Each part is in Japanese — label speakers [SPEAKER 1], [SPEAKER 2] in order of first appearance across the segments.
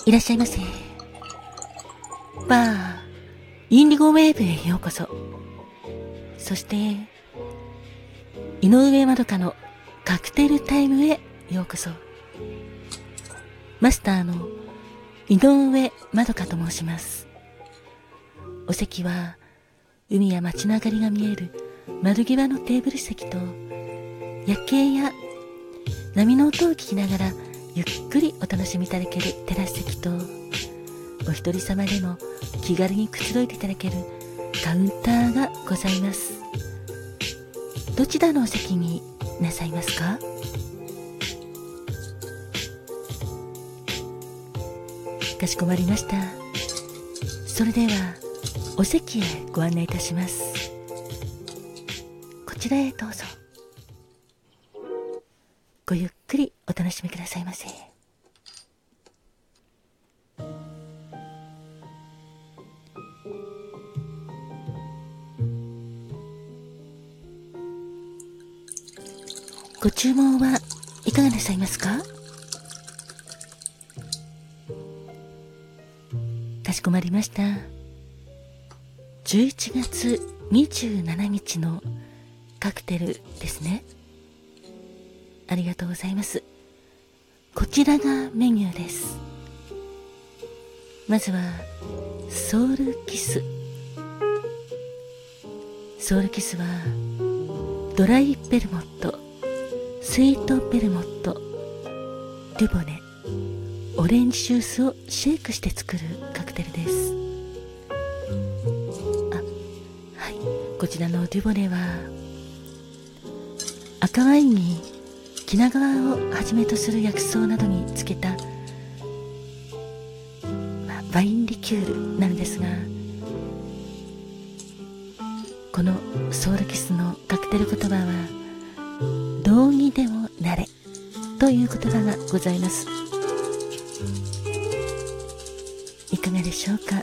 [SPEAKER 1] いらっしゃいませ。バーインディゴウェーブへようこそ。そして井上まどかのカクテルタイムへようこそ。マスターの井上まどかと申します。お席は海や街の明かりが見える窓際のテーブル席と、夜景や波の音を聞きながらゆっくりお楽しみいただけるテラス席と、お一人様でも気軽にくつろいでいただけるカウンターがございます。どちらのお席になさいますか？かしこまりました。それではお席へご案内いたします。こちらへどうぞ。ごゆっくりお楽しみくださいませ。ご注文はいかがなさいますか？かしこまりました。11月27日のカクテルですね。ありがとうございます。こちらがメニューです。まずはソウルキス。ソウルキスはドライベルモット、スイートベルモット、デュボネ、オレンジジュースをシェイクして作るカクテルです。はい、こちらのデュボネは赤ワインにキナガワをはじめとする薬草などにつけた、ワインリキュールなのですが、このソウルキスのカクテル言葉はどうにでもなれという言葉がございます。いかがでしょうか。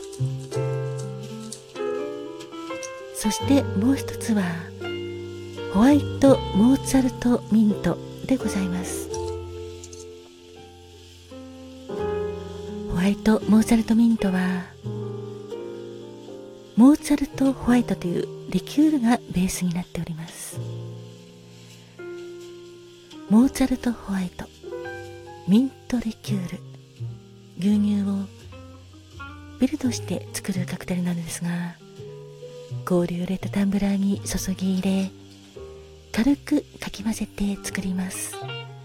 [SPEAKER 1] そしてもう一つはホワイトモーツァルトミントでございます。ホワイトモーツァルトミントはモーツァルトホワイトというリキュールがベースになっております。モーツァルトホワイトミントリキュール、牛乳をビルドして作るカクテルなのですが、氷を入れたタンブラーに注ぎ入れ、軽くかき混ぜて作ります。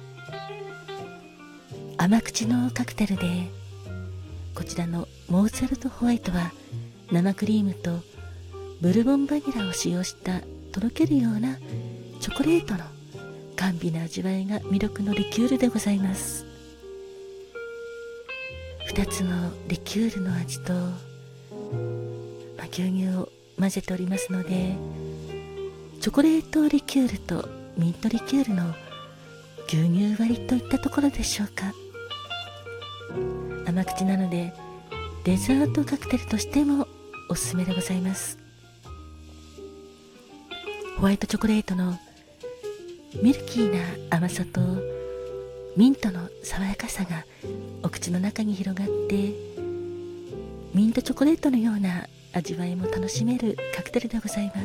[SPEAKER 1] 甘口のカクテルで、こちらのモーツァルトホワイトは生クリームとブルボンバニラを使用したとろけるようなチョコレートの甘美な味わいが魅力のリキュールでございます。2つのリキュールの味と、牛乳を混ぜておりますので、チョコレートリキュールとミントリキュールの牛乳割りといったところでしょうか。甘口なのでデザートカクテルとしてもおすすめでございます。ホワイトチョコレートのミルキーな甘さとミントの爽やかさがお口の中に広がって、ミントチョコレートのような味わいも楽しめるカクテルでございます。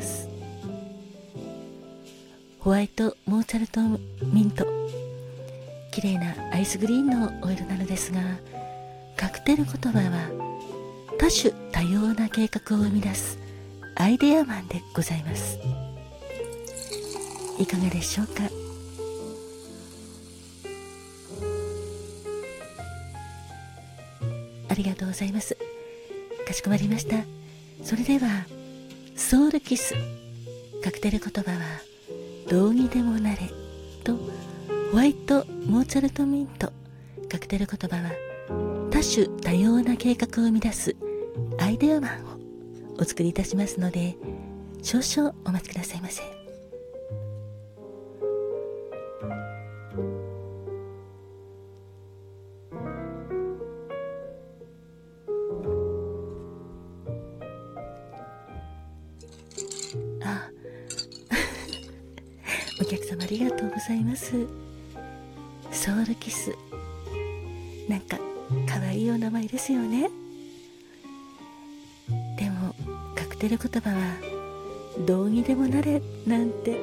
[SPEAKER 1] ホワイトモーツァルトミント、綺麗なアイスグリーンのオイルなのですが、カクテル言葉は多種多様な計画を生み出すアイデアマンでございます。いかがでしょうか。ありがとうございます。かしこまりました。それではソウルキス、カクテル言葉はどうにでもなれと、ホワイトモーツァルトミント、カクテル言葉は多種多様な計画を生み出すアイデアマンをお作りいたしますので、少々お待ちくださいませ。お客様ありがとうございます。ソウルキス、なんか可愛いお名前ですよね。でもカクテル言葉はどうにでもなれなんて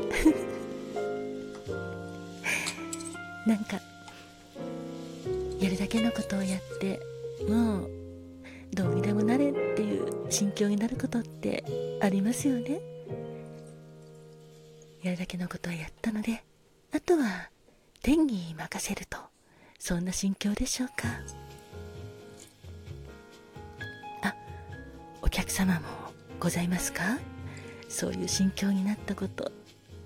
[SPEAKER 1] なんかやるだけのことをやってもうどうにでもなれっていう心境になることってありますよね。やるだけのことはやったので、あとは天に任せると、そんな心境でしょうか。お客様もございますか？そういう心境になったこと。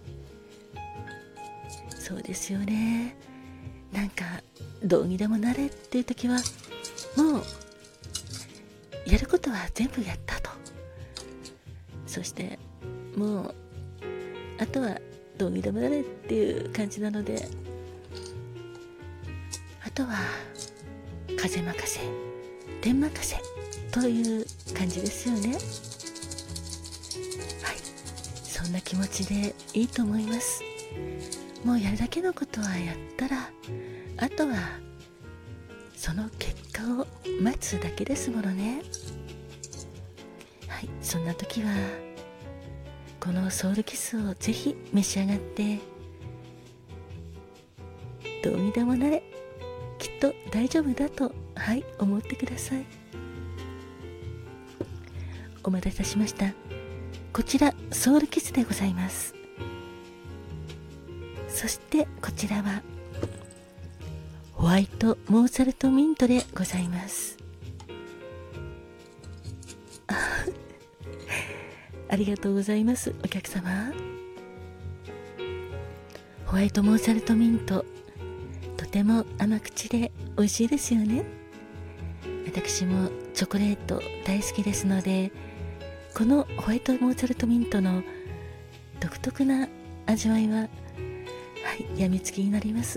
[SPEAKER 1] そうですよね。なんかどうにでもなれっていう時はもうやることは全部やったと。そしてもうあとはどうにでもなれっていう感じなので、あとは風任せ天任せという感じですよね。はい、そんな気持ちでいいと思います。もうやるだけのことはやったら、あとはその結果を待つだけですものね。はい、そんな時はこのソウルキスをぜひ召し上がって、どうにでもなれ、きっと大丈夫だと、思ってください。お待たせいたしました。こちらソウルキスでございます。そしてこちらはホワイトモーツァルトミントでございます。ありがとうございます、お客様。ホワイトモーツァルトミント、とても甘口で美味しいですよね。私もチョコレート大好きですので、このホワイトモーツァルトミントの独特な味わいは、やみつきになります。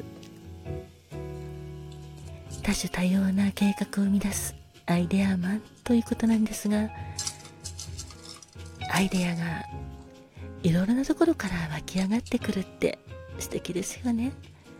[SPEAKER 1] 多種多様な計画を生み出すアイデアマンということなんですが、アイデアがいろいろなところから湧き上がってくるって素敵ですよね。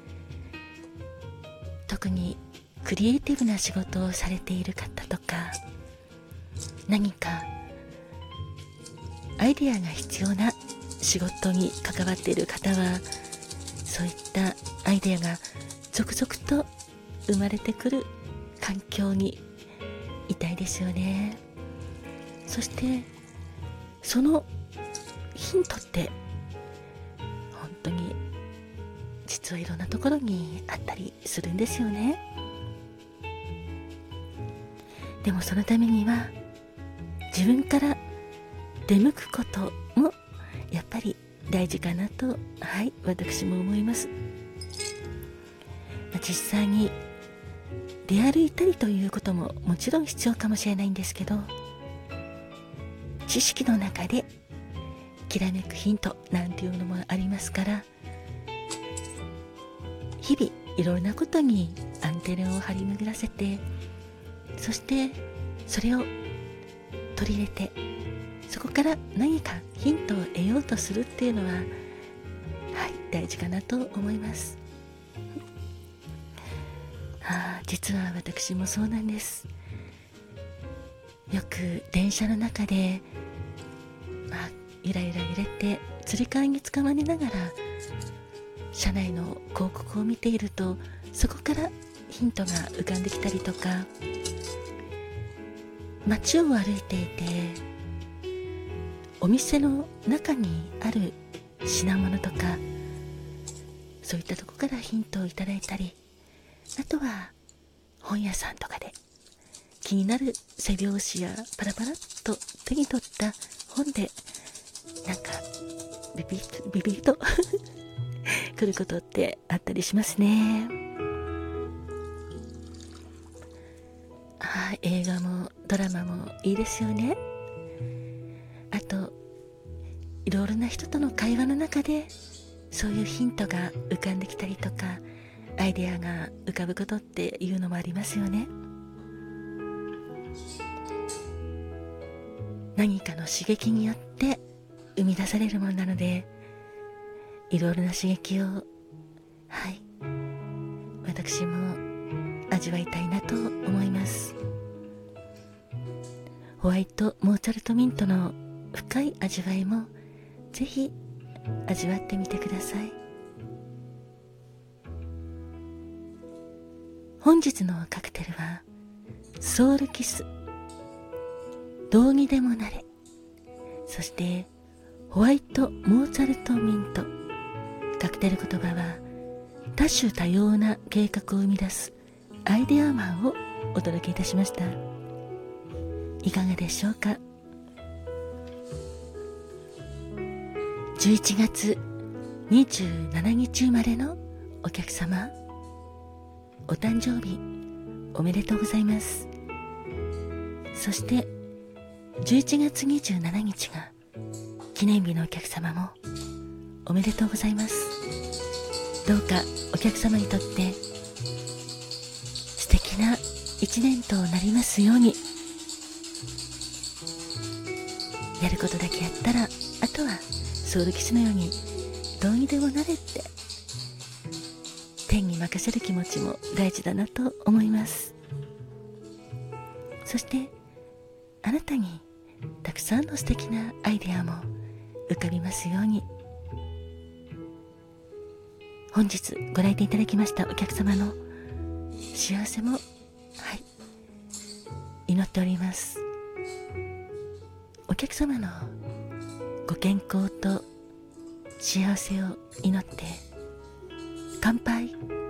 [SPEAKER 1] 特にクリエイティブな仕事をされている方とか、何かアイデアが必要な仕事に関わっている方は、そういったアイデアが続々と生まれてくる環境にいたいですよね。そしてそのヒントって本当に実はいろんなところにあったりするんですよね。でもそのためには自分から出向くこともやっぱり大事かなと、私も思います。実際に出歩いたりということももちろん必要かもしれないんですけど、知識の中できらめくヒントなんていうのもありますから、日々いろいろなことにアンテナを張り巡らせて、そしてそれを取り入れて、そこから何かヒントを得ようとするっていうのは、大事かなと思います。実は私もそうなんです。よく電車の中で、ゆらゆら揺れてつり革につかまりながら車内の広告を見ていると、そこからヒントが浮かんできたりとか、街を歩いていてお店の中にある品物とか、そういったとこからヒントをいただいたり、あとは本屋さんとかで気になる背表紙やパラパラっと手に取った本で、なんかビビッと来ることってあったりしますね。映画もドラマもいいですよね。あといろいろな人との会話の中でそういうヒントが浮かんできたりとか、アイデアが浮かぶことっていうのもありますよね。何かの刺激によって生み出されるものなので、いろいろな刺激を私も味味わいたいなと思います。ホワイトモーツァルトミントの深い味わいもぜひ味わってみてください。本日のカクテルはソウルキス、どうにでもなれ、そしてホワイトモーツァルトミント。カクテル言葉は多種多様な計画を生み出すアイデアマンをお届けいたしました。いかがでしょうか。11月27日生まれのお客様、お誕生日おめでとうございます。そして11月27日が記念日のお客様もおめでとうございます。どうかお客様にとって素敵な一年となりますように。やることだけやったら、あとはソウルキスのようにどうにでもなれって天に任せる気持ちも大事だなと思います。そしてあなたにたくさんの素敵なアイデアも浮かびますように。本日ご来店いただきましたお客様の幸せも祈っております。お客様のご健康と幸せを祈って乾杯